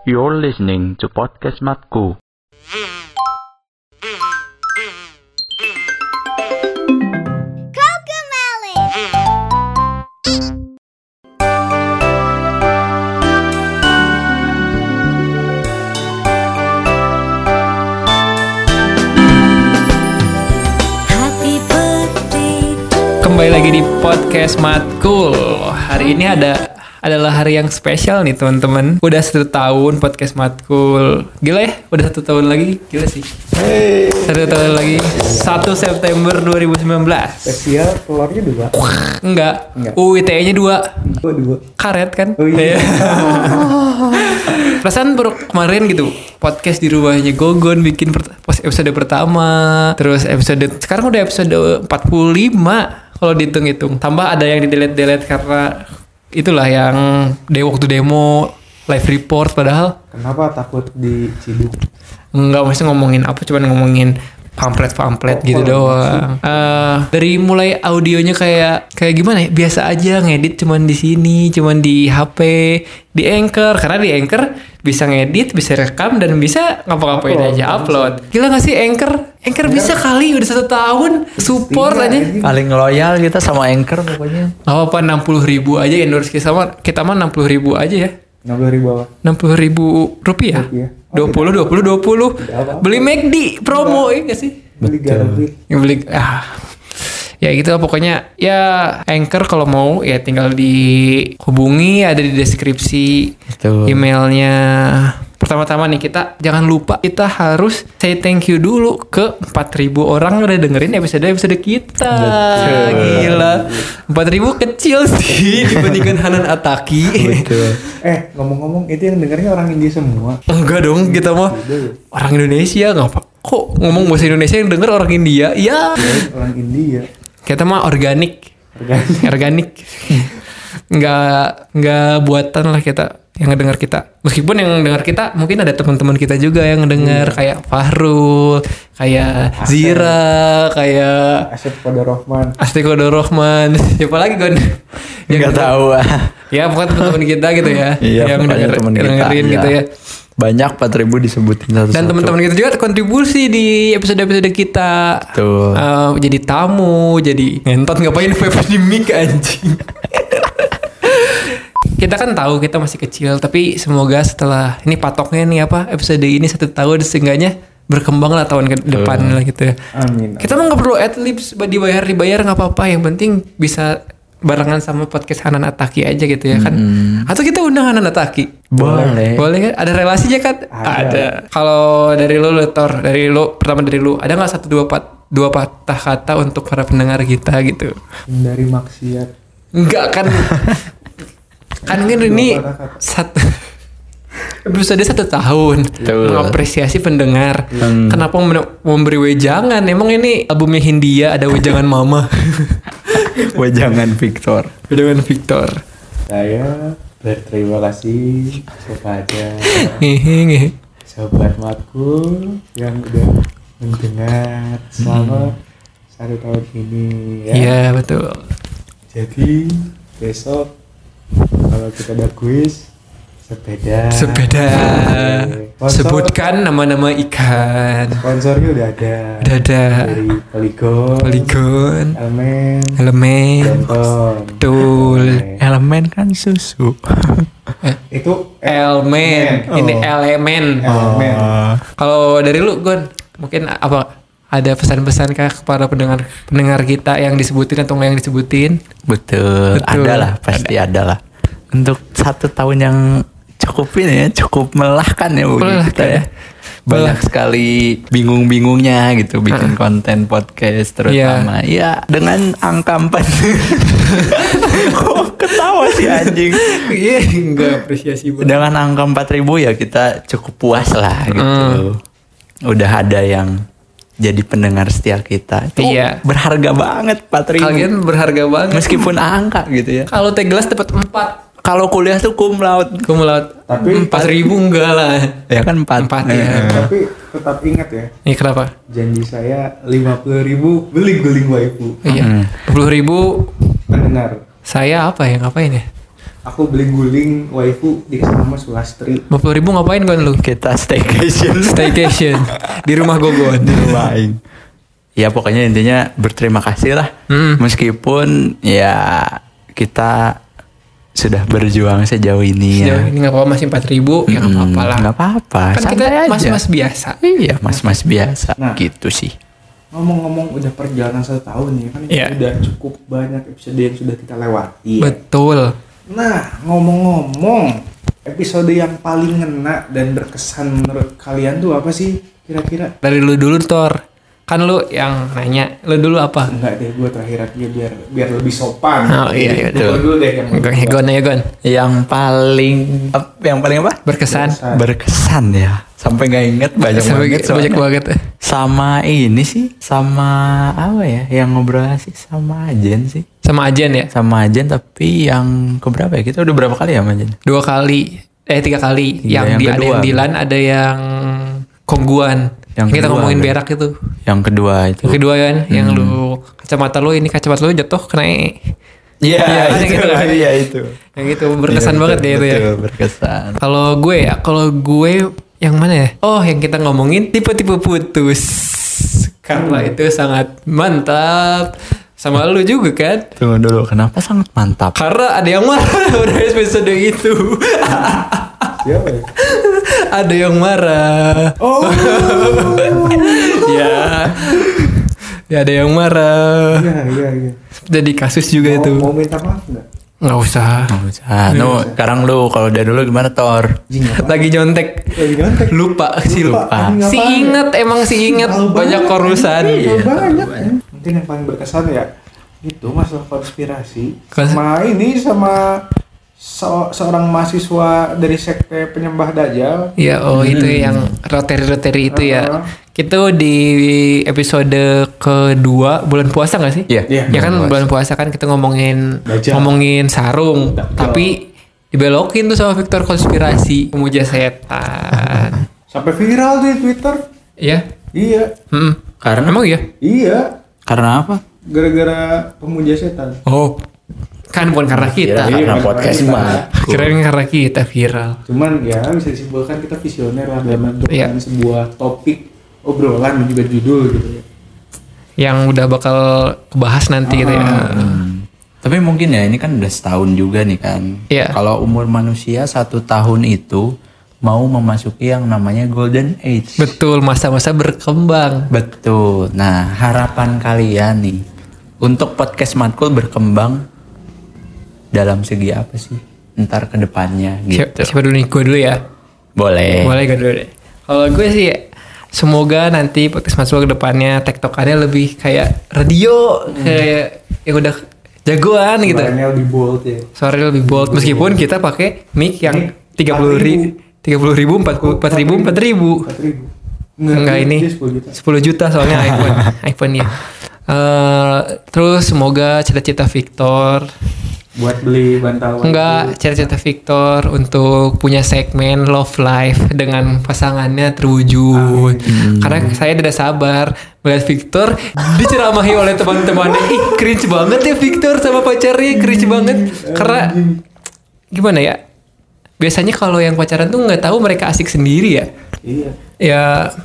You're listening to Podcast Matku. Kembali lagi di Podcast Matkul. Hari ini adalah hari yang spesial nih teman-teman. Udah 1 tahun Podcast Matkul. Gila ya, udah 1 tahun lagi. Gila sih. 1 tahun lagi. 1 September 2019. Spesial telurnya 2. Enggak. UITE-nya 2. Oh, 2. Karet kan? Oh iya. Perasaan baru kemarin gitu podcast di rumahnya Gogon bikin episode pertama. Terus sekarang udah episode 45 kalau dihitung-hitung. Tambah ada yang di-delete karena itulah yang waktu demo live report padahal. Kenapa takut diciduk? Enggak, maksudnya ngomongin apa, cuman ngomongin pamflet gitu doang. Dari mulai audionya kayak gimana ya? Biasa aja ngedit cuman di sini, cuman di HP, di Anchor. Karena di Anchor bisa ngedit, bisa rekam dan bisa ngapa-ngapain aja upload. Gila gak sih Anchor? Anchor bisa kali udah 1 tahun support aja. Paling loyal kita sama Anchor pokoknya. Gak apa-apa 60.000 aja endorse kita mah 60.000 aja ya. 60.000 apa? 60.000 rupiah. 20. Beli McD promo ya gak sih? Beli Garbi. Yang beli ya gitu lah pokoknya. Ya Anchor kalau mau ya tinggal dihubungi, ada di deskripsi. Betul. Emailnya. Pertama-tama nih kita jangan lupa kita harus say thank you dulu ke 4.000 orang udah dengerin episode kita. Betul. Gila. 4.000 kecil sih dibandingkan Hanan Ataki. Betul. Ngomong-ngomong itu yang dengernya orang India semua. Enggak dong, kita mah orang Indonesia. Ngapa kok ngomong bahasa Indonesia yang denger orang India? Ya. Orang India. Kita mah organik. Enggak buatan lah kita yang ngedengar kita. Meskipun yang dengar kita mungkin ada teman-teman kita juga yang ngedengar kayak Fahrul, kayak Zira, kayak Asti Kodorohman. Siapa lagi Gon? Enggak tahu. Ya pokoknya teman-teman kita gitu ya. Iya, yang dengerin kita, gitu ya. Banyak 4.000 disebutin satu-satu. Dan teman-teman kita juga kontribusi di episode-episode kita. Betul. Jadi tamu, jadi ngentot ngapain vape di mic anjing. Kita kan tahu kita masih kecil, tapi semoga setelah ini patoknya nih apa episode ini 1 tahun seenggaknya berkembang lah tahun ke depan lah gitu ya. Amin. Kita mah nggak perlu adlibs dibayar nggak apa-apa, yang penting bisa barengan sama podcast Hanan Ataki aja gitu ya kan. Atau kita undang Hanan Ataki. Boleh kan? Ada relasinya kan? Ada. Kalau dari lu Tor, pertama dari lu, ada nggak 1-2 patah kata untuk para pendengar kita gitu? Dari maksiat. Enggak kan? Kan ini episode 1 tahun. Mengapresiasi pendengar. Kenapa memberi wejangan? Emang ini albumnya Hindia ada wejangan Mama. Wejangan Victor. Saya berterima kasih kepada Sobat Matkul yang udah mendengar selama 1 tahun ini ya. Iya betul. Jadi besok kalau kita ada kuis sepeda. Sebutkan nama-nama ikan. Sponsornya udah ada. Dari Polygon. Elemen. Betul. Elemen kan susu. Itu Elemen. Ini elemen. Kalau dari lu Gon, mungkin apa? Ada pesan-pesan kah kepada pendengar kita yang disebutin atau nggak yang disebutin? Betul. Adalah, pasti adalah. Untuk 1 tahun yang cukup melelahkan ya kita ya. Banyak sekali bingung-bingungnya gitu bikin konten podcast terutama. Ya dengan angka 4. Kok ketawa sih anjing? Iya, enggak apresiasi banget. Dengan angka 4.000 ya kita cukup puas lah gitu. Udah ada yang jadi pendengar setia kita. Itu berharga banget 4.000. Kalian berharga banget. Meskipun angka gitu ya. Kalau Teglas dapat 4. Kalau kuliah tuh cum laude. Tapi 4.000 enggak lah. Ya kan 4 ya. Tapi tetap ingat ya. Ini kenapa? Janji saya 50.000 beli guling waifu. Iya. 20.000 pendengar. Saya apa ya? Ngapain ya? aku beli guling waifu di sama Sulastri. 50.000 ngapain Gon lu? Kita staycation. Staycation di rumah Gogon. Di rumah aing. Ya pokoknya intinya berterima kasih lah. Meskipun ya kita sudah berjuang sejauh ini Sejauh ya. ini nggak apa-apa, masih 4.000 ya nggak apa-apa lah. Nggak apa-apa. Kan santai kita aja. mas-mas biasa. Iya mas-mas biasa. Nah. Gitu sih. Ngomong-ngomong udah perjalanan 1 tahun nih kan Iya. udah cukup banyak episode yang sudah kita lewati. Betul. Nah, ngomong-ngomong, episode yang paling ngena dan berkesan menurut kalian tuh apa sih kira-kira? Dari lu dulu Tor. Kan lu yang nanya, lu dulu apa? Enggak deh, gue terakhir aja biar lebih sopan. Oh iya, iya. Gue dulu deh yang Gon ya Gon. Yang paling apa? Berkesan. Berkesan ya. Sampai nggak inget banyak banget. Banyak soalnya. banget. Sama ini sih, sama apa ya? Yang ngobrol sih sama Ajen sih. Sama Ajen ya? Sama Ajen tapi yang keberapa ya? Kita udah berapa kali ya sama Ajen? 2 kali. 3 kali. Iya, Yang ada yang kedua. yang Dilan, ada yang Kongguan. Yang kita kedua ngomongin ada. berak itu. Yang kedua itu. Yang kedua kan, yang lu kacamata lu jatuh kena Iya, Iya, ada itu, gitu kan? iya itu. yang itu berkesan Iya, banget betul, ya itu ya. betul, berkesan. Kalau gue yang mana ya? Oh, yang kita ngomongin tipe-tipe putus. Karena itu sangat mantap. Sama lu juga kan? Tunggu dulu, kenapa sangat mantap? Karena ada yang marah udah episode itu. Siapa ya? Ada yang marah. Oh, Ya. Ya ada yang marah. iya. Jadi kasus juga itu. Mau minta maaf nggak? Nggak usah. Sekarang lu kalau dari dulu gimana Tor? Jing, apa? Lagi nyontek. Lagi nyontek. Lupa. Anjing, Si apaan? inget emang si inget Tahu banyak banget, urusan. anjing, tahu banyak. Mungkin yang paling berkesan ya itu masalah konspirasi Kons- sama seorang mahasiswa dari sekte penyembah Dajjal. Ya itu yang roteri itu ya. Kita di episode kedua bulan puasa nggak sih? Iya. Iya. Ya kan bulan puasa kan kita ngomongin Dajjal. sarung, tapi dibelokin tuh sama Victor konspirasi pemuja setan. Sampai viral di Twitter. Ya. Iya. Karena Emang iya? Iya. karena apa? Gara-gara pemuja setan. Oh, kan bukan karena kita. Iya, Karena bukan podcast karena mah. Kirain karena kita viral. Cuman ya bisa disimpulkan kita visioner lah dalam Iya. menentukan sebuah topik obrolan dan juga judul gitu ya. Yang udah bakal kebahas nanti gitu ya. Tapi mungkin ya ini kan udah setahun juga nih kan. Iya. Kalau umur manusia 1 tahun itu mau memasuki yang namanya golden age. Betul, masa-masa berkembang. Betul. Nah harapan kalian nih untuk podcast Matkul berkembang dalam segi apa sih? Ntar ke depannya gitu. Siapa dulu nih? Gue dulu ya. Boleh. Boleh gue dulu deh. Kalau gue sih semoga nanti podcast masuk ke depannya tektokannya lebih kayak radio, kayak yang udah jagoan gitu. Suaranya lebih bold ya. Suaranya lebih bold meskipun kita pakai mic yang 30.000, 40.000, 4.000. Enggak ini dia 10 juta. 10 juta soalnya iPhone ya. Terus semoga cita-cita Victor Buat beli bantal. enggak cita-cita Victor untuk punya segmen love life dengan pasangannya terwujud. Karena saya tidak sabar melihat Victor diceramahi oleh teman-temannya. Ih, cringe banget ya Victor sama pacarnya, cringe banget. Karena gimana ya? Biasanya kalau yang pacaran tuh nggak tahu mereka asik sendiri ya. Iya. Ya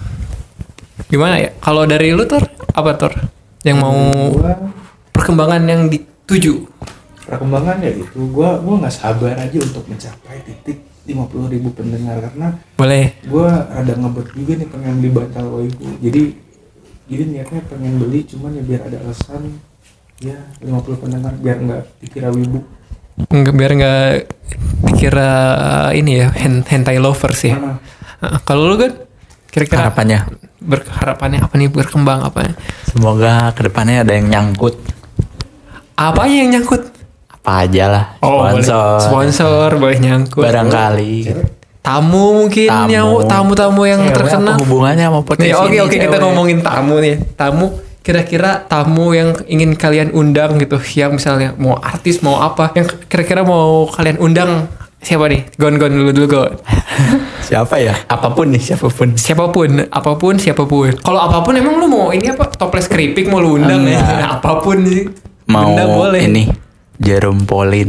gimana ya? Kalau dari lu Tor, apa Tor? Yang mau perkembangan yang dituju? Perkembangan ya gitu. Gua nggak sabar aja untuk mencapai titik 50.000 pendengar karena Boleh. gua ada ngebet juga nih pengen beli bantal waifu. Jadi niatnya pengen beli cuman ya biar ada alasan ya 50 pendengar biar nggak dikira wibu. Nggak, biar nggak dikira ini ya hentai lovers ya. Kalau lu kan kira-kira Harapannya harapannya apa nih berkembang apa? semoga kedepannya ada yang nyangkut. Apanya yang nyangkut? Apa aja lah. Boleh. Sponsor boleh nyangkut. Barangkali. Tamu mungkin tamu-tamu yang Cewek terkenal. apa hubungannya sama podcast Nih, ini, oke kita cewek? ngomongin tamu nih. Tamu kira-kira tamu yang ingin kalian undang gitu, yang misalnya mau artis mau apa, yang kira-kira mau kalian undang siapa nih? Gon dulu Gon. Siapa ya? Apapun nih, siapapun. Apapun. Kalau apapun emang lu mau ini apa? Toples keripik mau lu undang ya? Apapun sih. Mau Undang boleh. ini Jerome Pauline.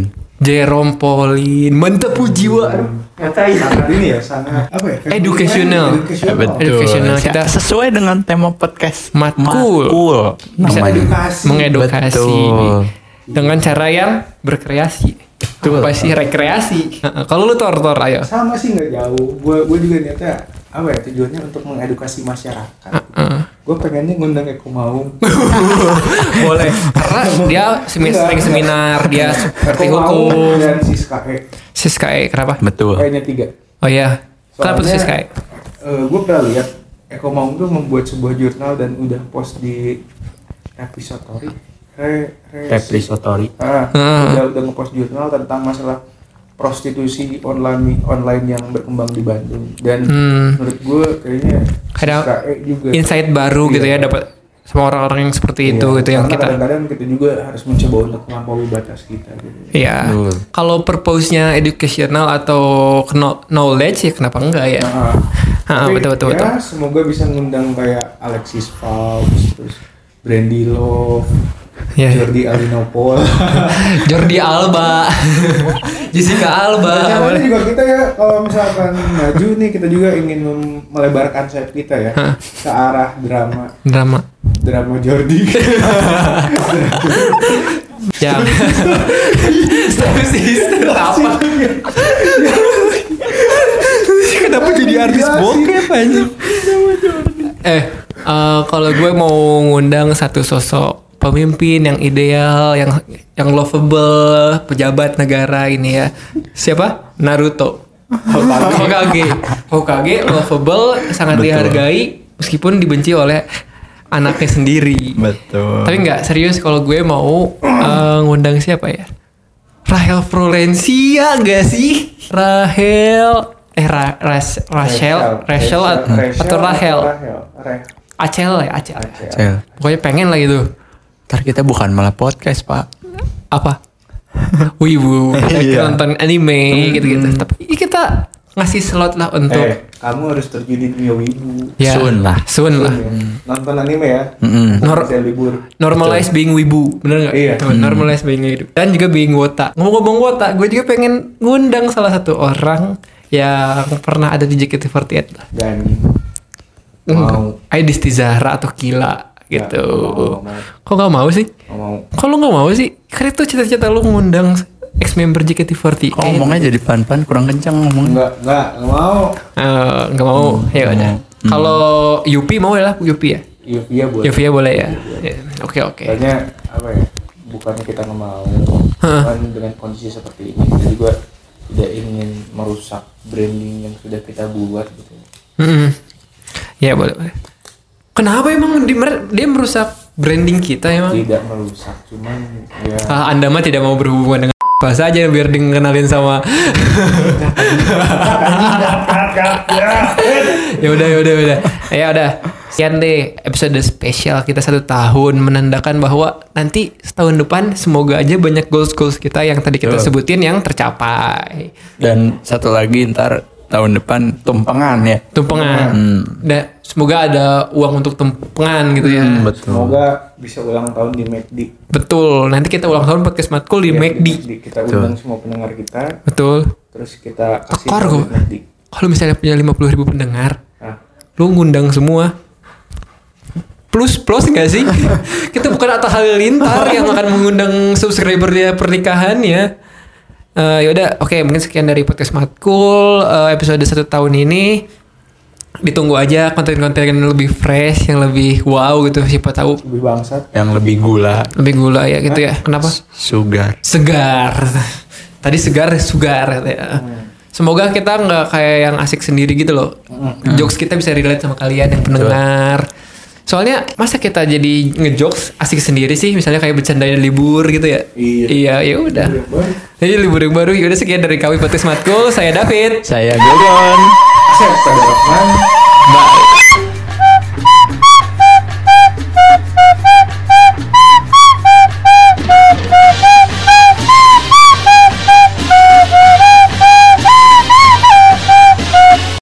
Jerome Pauline, mantap jiwa. Sangat ini ya, sangat apa ya? Educational. Educational. Kita sesuai dengan tema podcast Matkul. Bisa Namanya. edukasi. mengedukasi Betul. dengan cara yang berkreasi. Betul. Apa sih rekreasi? Kalau lu tor ayo. Sama sih nggak jauh. Gue juga niatnya apa ya, tujuannya untuk mengedukasi masyarakat. Gue pengennya ngundang Eko Maung. Boleh. Karena dia sering seminar, dia seperti Eko Maung hukum. dan Siskae. Siskae kenapa? Betul. Kayaknya 3. Oh iya. Kenapa tuh Siskae? Gue pernah lihat Eko Maung tuh membuat sebuah jurnal dan udah post di Repository. Repository. Udah ngepost jurnal tentang masalah prostitusi online yang berkembang di Bandung, dan menurut gue kayaknya Ada Siskae juga insight baru gitu ya, Iya. dapat sama orang-orang yang seperti Iya, itu gitu yang karena kita. kadang-kadang kita juga harus mencoba untuk melampaui batas kita gitu. Iya. Betul. Kalau purpose-nya educational atau knowledge ya kenapa enggak ya? Tapi betul. ya, semoga bisa ngundang kayak Alexis Faust, terus Brandy Love, Ya. Jordi Alinopol. Jordi Alba, Jessica Alba. Rencananya juga kita ya kalau misalkan maju nih, kita juga ingin melebarkan sayap kita ya ke arah drama Jordi. Ya. Step apa? Kenapa jadi artis bokep aja? Kalau gue mau ngundang satu sosok pemimpin yang ideal, yang lovable, pejabat negara ini ya. Siapa? Naruto. Hokage lovable, sangat Betul. dihargai meskipun dibenci oleh anaknya sendiri. Betul. Tapi nggak serius, kalau gue mau ngundang siapa ya? Rahel Florencia gak sih? Rachel atau Rahel? Acel ya, Acel. Cel. Pokoknya pengen lah gitu. Ntar kita bukan malah podcast, Pak. Apa? Wibu, Iya. nonton anime gitu-gitu. Tapi kita ngasih slot lah untuk Kamu harus terjun di dunia wibu. ya, Soon lah. Nonton anime ya. Nor- Bisa libur. normalize being wibu, bener nggak? Iya. Tuh, normalize being wibu. Dan juga being wota. Ngomong-ngomong wota, gue juga pengen ngundang salah satu orang yang pernah ada di JKT48 lah. Gani. Enggak. Aidisti Zahra atau Kila gitu. Nggak, Kok gak mau sih? Nggak mau. Kok lu gak mau sih? Karena itu cita-cita lu ngundang ex-member JKT48. Kok ngomongnya jadi pan-pan kurang kencang ngomongnya. Nggak mau. Nggak mau. Ya udah. Kalau Yupi mau ya lah, Yupi ya. Iya buat. Yupi ya boleh ya. Ya, Oke. Kayaknya apa ya? Bukannya kita nggak mau, cuman dengan kondisi seperti ini kita juga tidak ingin merusak branding yang sudah kita buat gitu. Ya boleh. Kenapa emang dia merusak branding kita emang? Tidak merusak, cuman ya. Anda mah tidak mau berhubungan dengan apa saja biar dikenalin sama. Ya udah. Ya udah. Sekian deh episode spesial kita 1 tahun, menandakan bahwa nanti setahun depan semoga aja banyak goals kita yang tadi kita sebutin yang tercapai. Dan satu lagi ntar tahun depan tumpengan ya. Tumpengan. Semoga ada uang untuk tumpengan gitu ya. Betul. Semoga bisa ulang tahun di McD. Betul. Nanti kita ulang tahun podcast Matkul di Ya, McD. Kita undang semua pendengar kita, Betul. terus kita kasih Tekor tahu kok. di McD. Kalau misalnya punya 50.000 pendengar, Nah, lu ngundang semua. Plus nggak sih? Kita bukan Atta Halilintar yang akan mengundang subscriber dia pernikahannya. Yaudah, oke, mungkin sekian dari podcast Matkul episode 1 tahun ini. Ditunggu aja konten-konten yang lebih fresh, yang lebih wow gitu, siapa tahu lebih bangsat. Yang lebih gula. lebih gula ya gitu ya. Kenapa? Sugar. Segar. Tadi sugar ya. Semoga kita nggak kayak yang asik sendiri gitu loh. Jokes kita bisa relate sama kalian yang pendengar. Soalnya masa kita jadi ngejokes asik sendiri sih, misalnya kayak bercanda libur gitu ya. Iya. Ya udah. Jadi libur yang baru. Ya udah, sekian dari kami podcast Matkul. Saya David. Saya Gogon. Saya pada Rahman. Mbak